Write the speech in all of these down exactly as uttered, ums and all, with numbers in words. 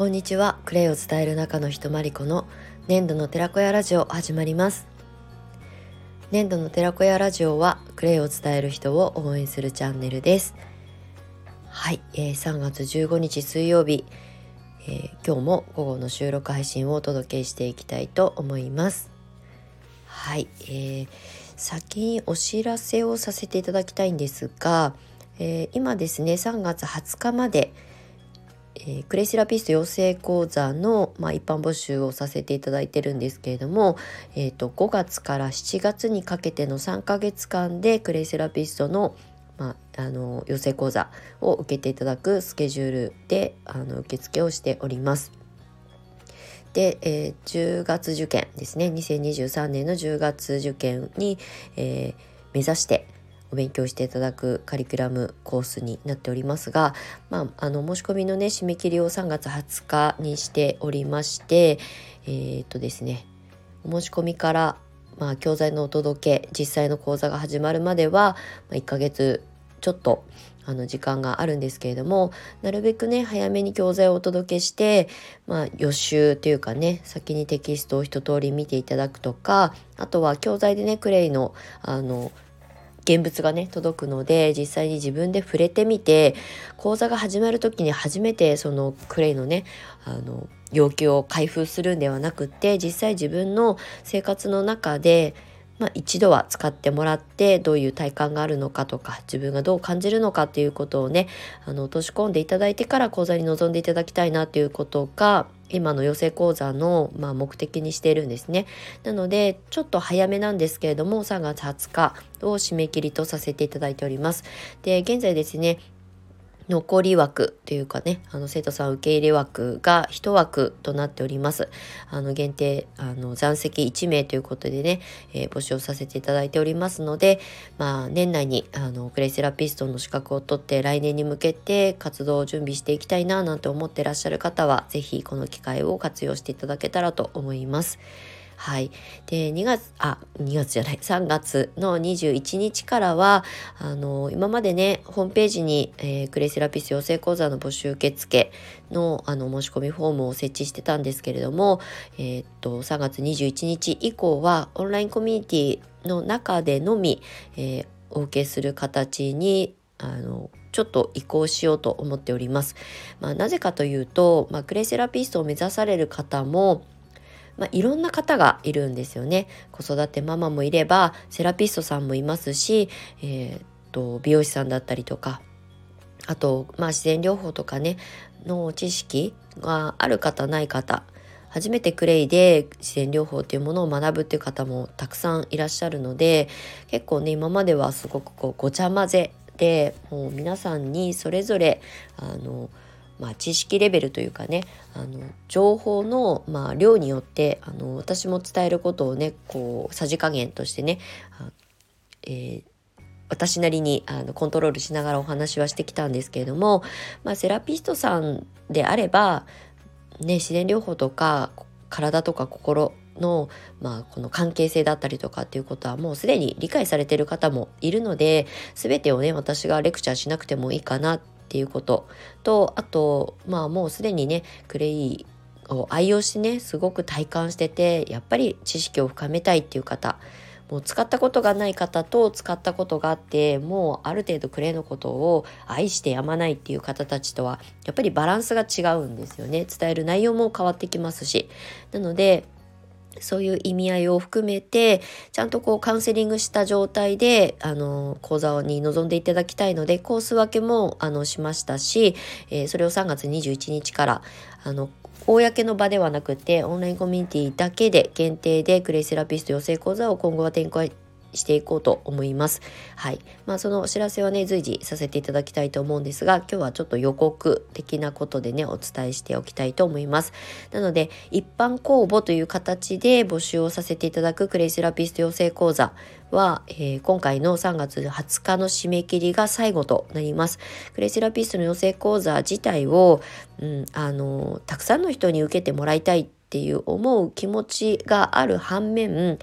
こんにちは。クレイを伝える中のひとまりこの粘土の寺子屋ラジオ始まります。粘土の寺子屋ラジオはクレイを伝える人を応援するチャンネルです。はい、えー、さんがつじゅうごにち水曜日、えー、今日も午後の収録配信をお届けしていきたいと思います。はい、えー、先にお知らせをさせていただきたいんですが、えー、今ですねさんがつはつかまでえー、クレイセラピスト養成講座の、まあ、一般募集をさせていただいてるんですけれども、えーと、ごがつからしちがつにかけてのさんかげつかんでクレイセラピストの、まあ、あの養成講座を受けていただくスケジュールであの受付をしております。で、えー、じゅうがつ受験ですね。にせんにじゅうさんねんのじゅうがつ受験に、えー、目指してお勉強していただくカリキュラムコースになっておりますが、まあ、あの申し込みのね締め切りをさんがつはつかにしておりまして、えー、っとですねお申し込みから、まあ、教材のお届け実際の講座が始まるまでは、まあ、いっかげつちょっとあの時間があるんですけれども、なるべくね早めに教材をお届けして、まあ、予習というかね先にテキストを一通り見ていただくとか、あとは教材でねクレイのあの現物がね届くので、実際に自分で触れてみて、講座が始まる時に初めてそのクレイのねあの要求を開封するんではなくって、実際自分の生活の中でまあ、一度は使ってもらって、どういう体感があるのかとか自分がどう感じるのかっていうことをねあの落とし込んでいただいてから講座に臨んでいただきたいなということが今の養成講座の、まあ、目的にしているんですね。なのでちょっと早めなんですけれどもさんがつはつかを締め切りとさせていただいております。で現在ですね残り枠というかねあの生徒さん受け入れ枠がいちわくとなっております。あの限定あの残席いちめいということでね、えー、募集をさせていただいておりますので、まあ、年内にあのクレイセラピストの資格を取って来年に向けて活動を準備していきたいななんて思ってらっしゃる方はぜひこの機会を活用していただけたらと思います。はい。で、にがつ、あ、にがつじゃない、さんがつのにじゅういちにちからは、あの、今までね、ホームページに、えー、クレイセラピスト養成講座の募集受付の、あの、申し込みフォームを設置してたんですけれども、えーっと、さんがつにじゅういちにち以降は、オンラインコミュニティの中でのみ、えー、お受けする形に、あの、ちょっと移行しようと思っております。まあ、なぜかというと、まあ、クレイセラピストを目指される方も、まあ、いろんな方がいるんですよね。子育てママもいればセラピストさんもいますし、えー、っと美容師さんだったりとか、あと、まあ、自然療法とかねの知識がある方ない方、初めてクレイで自然療法っていうものを学ぶっていう方もたくさんいらっしゃるので、結構ね今まではすごくこうごちゃ混ぜで、もう皆さんにそれぞれあのまあ、知識レベルというかねあの情報の、まあ、量によってあの私も伝えることをねこうさじ加減としてね、あえー私なりにあのコントロールしながらお話はしてきたんですけれども、まあ、セラピストさんであれば、ね、自然療法とか体とか心の、まあ、この関係性だったりとかっていうことはもうすでに理解されている方もいるので、全てをね私がレクチャーしなくてもいいかなっていうことと、あとまあもうすでにねクレイを愛用してねすごく体感してて、やっぱり知識を深めたいっていう方、もう使ったことがない方と使ったことがあってもうある程度クレイのことを愛してやまないっていう方たちとはやっぱりバランスが違うんですよね。伝える内容も変わってきますし、なのでそういう意味合いを含めてちゃんとこうカウンセリングした状態であの講座に臨んでいただきたいので、コース分けもあのしましたし、えー、それをさんがつにじゅういちにちからあの公の場ではなくてオンラインコミュニティだけで限定でクレイセラピスト養成講座を今後は展開していこうと思います。はい。まあそのお知らせはね随時させていただきたいと思うんですが、今日はちょっと予告的なことでねお伝えしておきたいと思います。なので一般公募という形で募集をさせていただくクレイセラピスト養成講座は、えー、今回のさんがつはつかの締め切りが最後となります。クレイセラピストの養成講座自体を、うん、あのたくさんの人に受けてもらいたいっていう思う気持ちがある反面、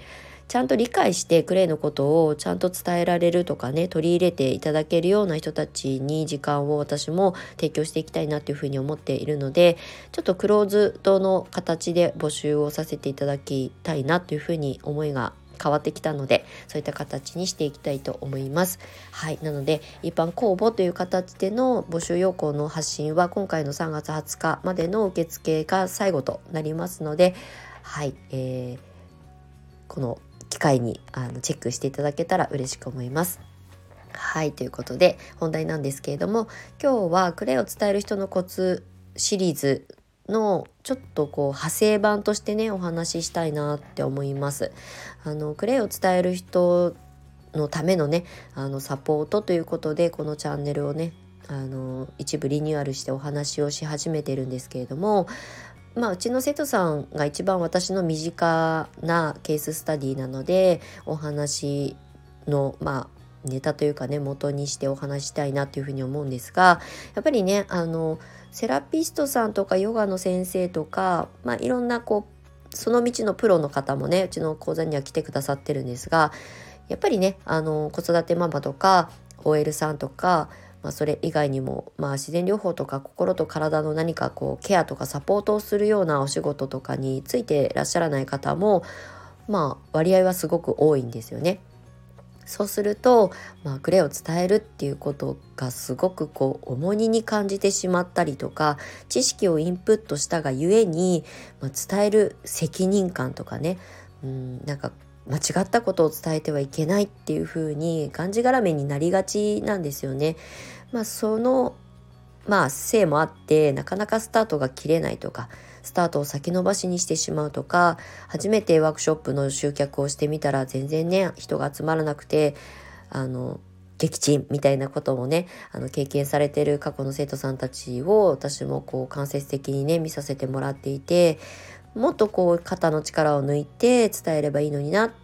ちゃんと理解してクレイのことをちゃんと伝えられるとかね、取り入れていただけるような人たちに時間を私も提供していきたいなというふうに思っているので、ちょっとクローズドの形で募集をさせていただきたいなというふうに思いが変わってきたので、そういった形にしていきたいと思います。はい、なので一般公募という形での募集要項の発信は今回のさんがつはつかまでの受付が最後となりますので、はい、えー、この機会にあのチェックしていただけたら嬉しく思います。はい、ということで本題なんですけれども、今日はクレイを伝える人のコツシリーズのちょっとこう派生版としてねお話ししたいなって思います。あのクレイを伝える人のためのねあのサポートということで、このチャンネルをねあの一部リニューアルしてお話をし始めてるんですけれども、まあ、うちの生徒さんが一番私の身近なケーススタディなので、お話のまあネタというかね元にしてお話したいなというふうに思うんですが、やっぱりねあのセラピストさんとかヨガの先生とか、まあ、いろんなこうその道のプロの方もねうちの講座には来てくださってるんですが、やっぱりねあの子育てママとか オーエル さんとか、まあ、それ以外にも、まあ、自然療法とか心と体の何かこうケアとかサポートをするようなお仕事とかについてらっしゃらない方も、まあ、割合はすごく多いんですよね。そうすると、まあ、クレイを伝えるっていうことがすごくこう重荷に感じてしまったりとか、知識をインプットしたがゆえに、まあ、伝える責任感とかね、うん、なんか間違ったことを伝えてはいけないっていう風にがんじがらめになりがちなんですよね。まあ、そのまあせいもあってなかなかスタートが切れないとか、スタートを先延ばしにしてしまうとか、初めてワークショップの集客をしてみたら全然ね人が集まらなくてあの撃沈みたいなこともねあの経験されている過去の生徒さんたちを私もこう間接的にね見させてもらっていて、もっとこう肩の力を抜いて伝えればいいのになって、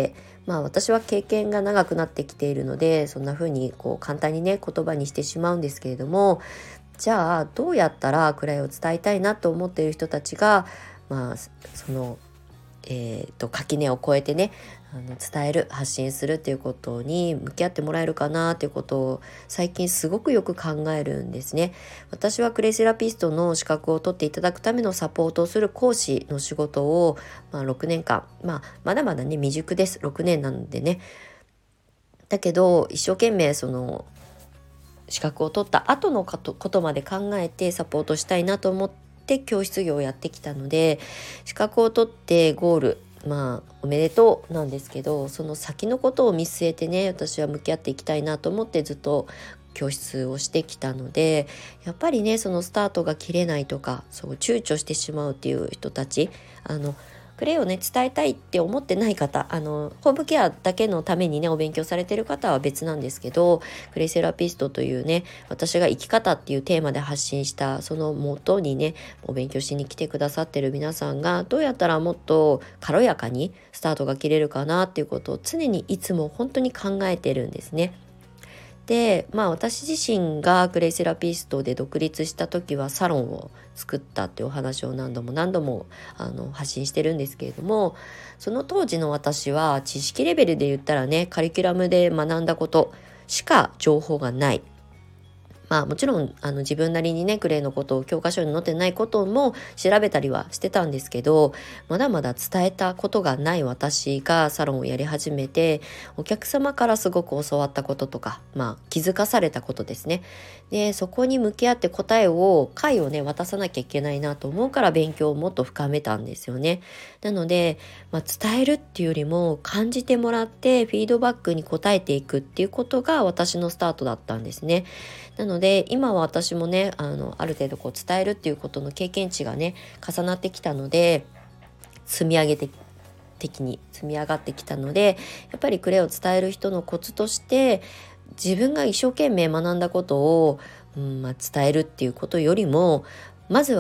まあ私は経験が長くなってきているのでそんな風にこう簡単にね言葉にしてしまうんですけれども、じゃあどうやったらクライを伝えたいなと思っている人たちが、まあそのえー、と垣根を越えてねあの伝える発信するっていうことに向き合ってもらえるかなっていうことを最近すごくよく考えるんですね。私はクレイセラピストの資格を取っていただくためのサポートをする講師の仕事を、まあ、ろくねんかん、まあ、まだまだね未熟です。ろくねんなんでね。だけど一生懸命その資格を取った後のことまで考えてサポートしたいなと思って教室業をやってきたので、資格を取ってゴールまあおめでとうなんですけど、その先のことを見据えてね私は向き合っていきたいなと思ってずっと教室をしてきたので、やっぱりねそのスタートが切れないとかそう躊躇してしまうっていう人たち、あのクレイをね伝えたいって思ってない方、あのホームケアだけのためにねお勉強されてる方は別なんですけど、クレイセラピストというね私が生き方っていうテーマで発信したその元にねお勉強しに来てくださってる皆さんがどうやったらもっと軽やかにスタートが切れるかなっていうことを常にいつも本当に考えてるんですね。で、まあ私自身がクレイセラピストで独立した時はサロンを作ったっていうお話を何度も何度もあの発信してるんですけれども、その当時の私は知識レベルで言ったらねカリキュラムで学んだことしか情報がない。まあもちろんあの自分なりにねクレイのことを教科書に載ってないことも調べたりはしてたんですけど、まだまだ伝えたことがない私がサロンをやり始めて、お客様からすごく教わったこととか、まあ気づかされたことですね。でそこに向き合って答えを解をね渡さなきゃいけないなと思うから勉強をもっと深めたんですよね。なので、まあ、伝えるっていうよりも感じてもらってフィードバックに答えていくっていうことが私のスタートだったんですね。なので今は私もね あのある程度こう伝えるっていうことの経験値がね重なってきたので、積み上げて的に積み上がってきたので、やっぱりクレイを伝える人のコツとして自分が一生懸命学んだことを、うんまあ、伝えるっていうことよりもまずは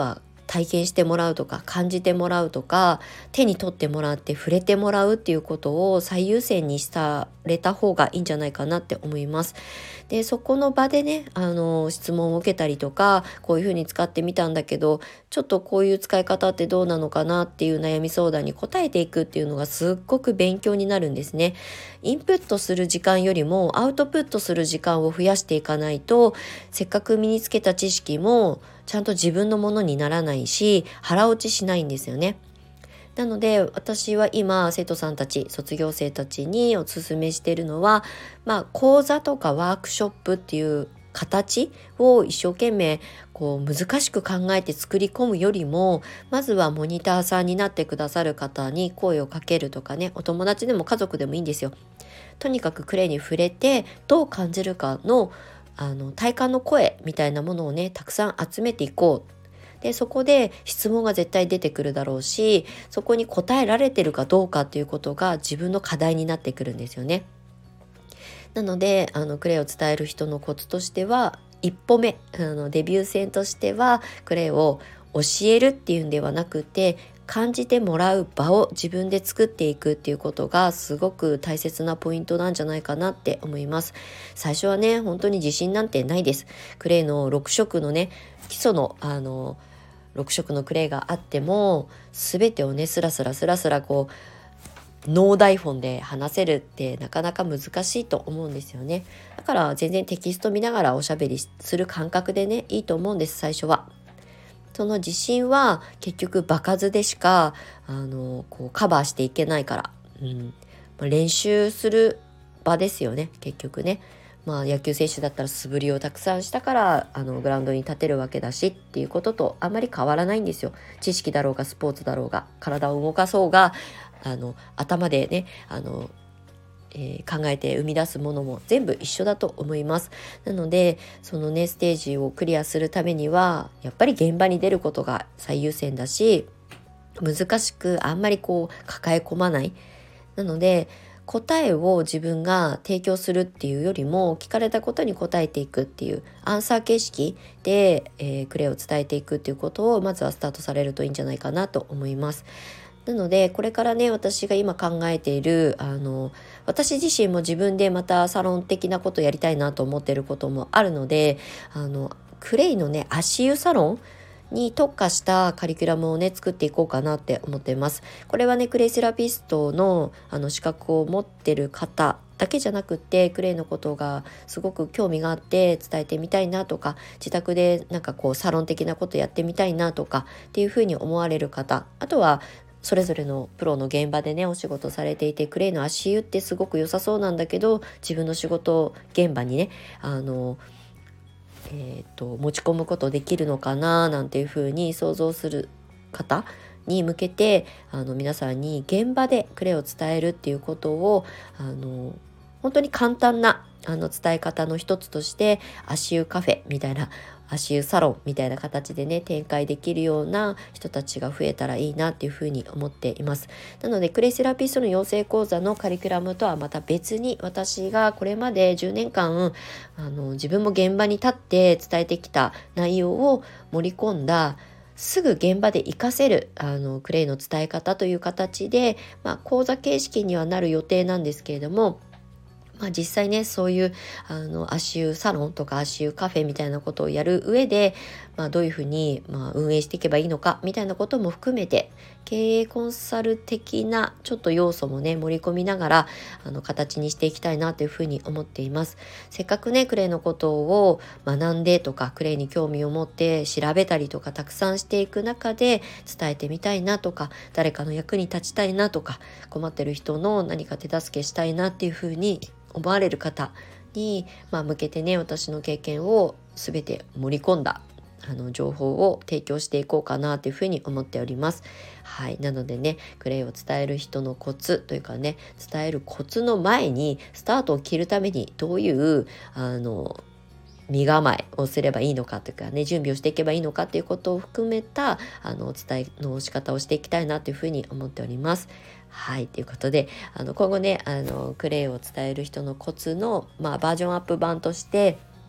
体験してもらうとか感じてもらうとか手に取ってもらって触れてもらうっていうことを最優先にされた方がいいんじゃないかなって思います。でそこの場でねあの質問を受けたりとかこういうふうに使ってみたんだけどちょっとこういう使い方ってどうなのかなっていう悩み相談に答えていくっていうのがすっごく勉強になるんですね。インプットする時間よりもアウトプットする時間を増やしていかないとせっかく身につけた知識もちゃんと自分のものにならないし腹落ちしないんですよね。なので私は今生徒さんたち卒業生たちにお勧めしているのは、まあ、講座とかワークショップっていう形を一生懸命こう難しく考えて作り込むよりもまずはモニターさんになってくださる方に声をかけるとかね、お友達でも家族でもいいんですよ。とにかくクレイに触れてどう感じるかのあの体感の声みたいなものをねたくさん集めていこう。でそこで質問が絶対出てくるだろうしそこに答えられてるかどうかっていうことが自分の課題になってくるんですよね。なのであのクレイを伝える人のコツとしては一歩目あのデビュー戦としてはクレイを教えるっていうんではなくて感じてもらう場を自分で作っていくっていうことがすごく大切なポイントなんじゃないかなって思います。最初はね本当に自信なんてないです。クレイのろく色のね基礎のあのろく色のクレイがあっても全てをねスラスラスラスラこうノー台本で話せるってなかなか難しいと思うんですよね。だから全然テキスト見ながらおしゃべりする感覚でねいいと思うんです。最初はその自信は結局場数でしかあのこうカバーしていけないから、うんまあ、練習する場ですよね結局ね。まあ、野球選手だったら素振りをたくさんしたからあのグラウンドに立てるわけだしっていうこととあまり変わらないんですよ。知識だろうがスポーツだろうが体を動かそうがあの頭でねあの、えー、考えて生み出すものも全部一緒だと思います。なのでそのねステージをクリアするためにはやっぱり現場に出ることが最優先だし難しくあんまりこう抱え込まない。なので答えを自分が提供するっていうよりも聞かれたことに答えていくっていうアンサー形式で、えー、クレイを伝えていくっていうことをまずはスタートされるといいんじゃないかなと思います。なのでこれからね私が今考えているあの私自身も自分でまたサロン的なことやりたいなと思っていることもあるのであのクレイのね足湯サロンに特化したカリキュラムをね作っていこうかなって思っています。これはねクレイセラピストのあの資格を持ってる方だけじゃなくってクレイのことがすごく興味があって伝えてみたいなとか自宅でなんかこうサロン的なことやってみたいなとかっていうふうに思われる方、あとはそれぞれのプロの現場でねお仕事されていてクレイの足湯ってすごく良さそうなんだけど自分の仕事現場にねあのえー、と持ち込むことできるのかななんていうふうに想像する方に向けてあの皆さんに現場でクレイを伝えるっていうことをあの本当に簡単なあの伝え方の一つとして足湯カフェみたいな足湯サロンみたいな形でね展開できるような人たちが増えたらいいなっていうふうに思っています。なのでクレイセラピストの養成講座のカリキュラムとはまた別に私がこれまでじゅうねんかんあの自分も現場に立って伝えてきた内容を盛り込んだすぐ現場で活かせるあのクレイの伝え方という形で、まあ、講座形式にはなる予定なんですけれども、まあ、実際ねそういうあの足湯サロンとか足湯カフェみたいなことをやる上で、まあ、どういうふうに、まあ、運営していけばいいのかみたいなことも含めて経営コンサル的なちょっと要素もね盛り込みながらあの形にしていきたいなというふうに思っています。せっかくねクレイのことを学んでとかクレイに興味を持って調べたりとかたくさんしていく中で伝えてみたいなとか誰かの役に立ちたいなとか困ってる人の何か手助けしたいなっていうふうに思われる方に、まあ、向けてね私の経験を全て盛り込んだあの情報を提供していこうかなというふうに思っております。はい、なのでねクレイを伝える人のコツというかね伝えるコツの前にスタートを切るためにどういうあの身構えをすればいいのかというかね準備をしていけばいいのかということを含めたあのお伝えの仕方をしていきたいなというふうに思っております。はい、ということであの今後ねあのクレイを伝える人のコツの、まあ、バージョンアップ版として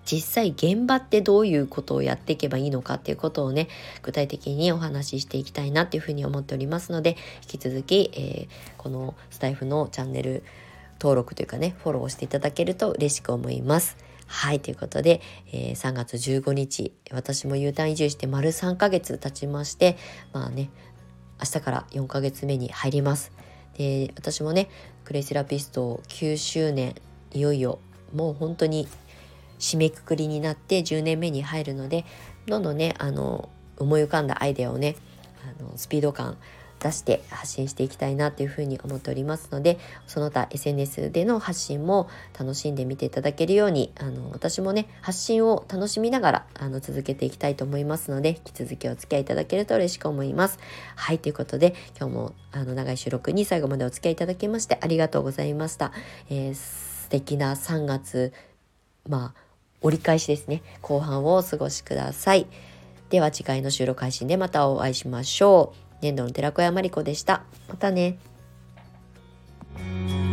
実際現場ってどういうことをやっていけばいいのかっていうことをね、具体的にお話ししていきたいなっていうふうに思っておりますので、引き続き、えー、このスタイフのチャンネル登録というかね、フォローをしていただけると嬉しく思います。はい、ということで、えー、さんがつじゅうごにち、私も U ターン移住して丸さんかげつ経ちまして、まあね、明日からよんかげつめに入ります。で、私もね、クレイセラピストきゅうしゅうねん、いよいよもう本当に締めくくりになってじゅうねんめに入るので、どんどんね、あの思い浮かんだアイデアをね、あのスピード感出して発信していきたいなというふうに思っておりますので、その他 エスエヌエス での発信も楽しんでみていただけるように、あの私もね、発信を楽しみながらあの続けていきたいと思いますので、引き続きお付き合いいただけると嬉しく思います。はい、ということで今日もあの長い収録に最後までお付き合いいただきましてありがとうございました。えー、素敵なさんがつ、まあ折り返しですね、後半をお過ごしください。では次回の収録配信でまたお会いしましょう。年度の寺子屋まりこでした。またね。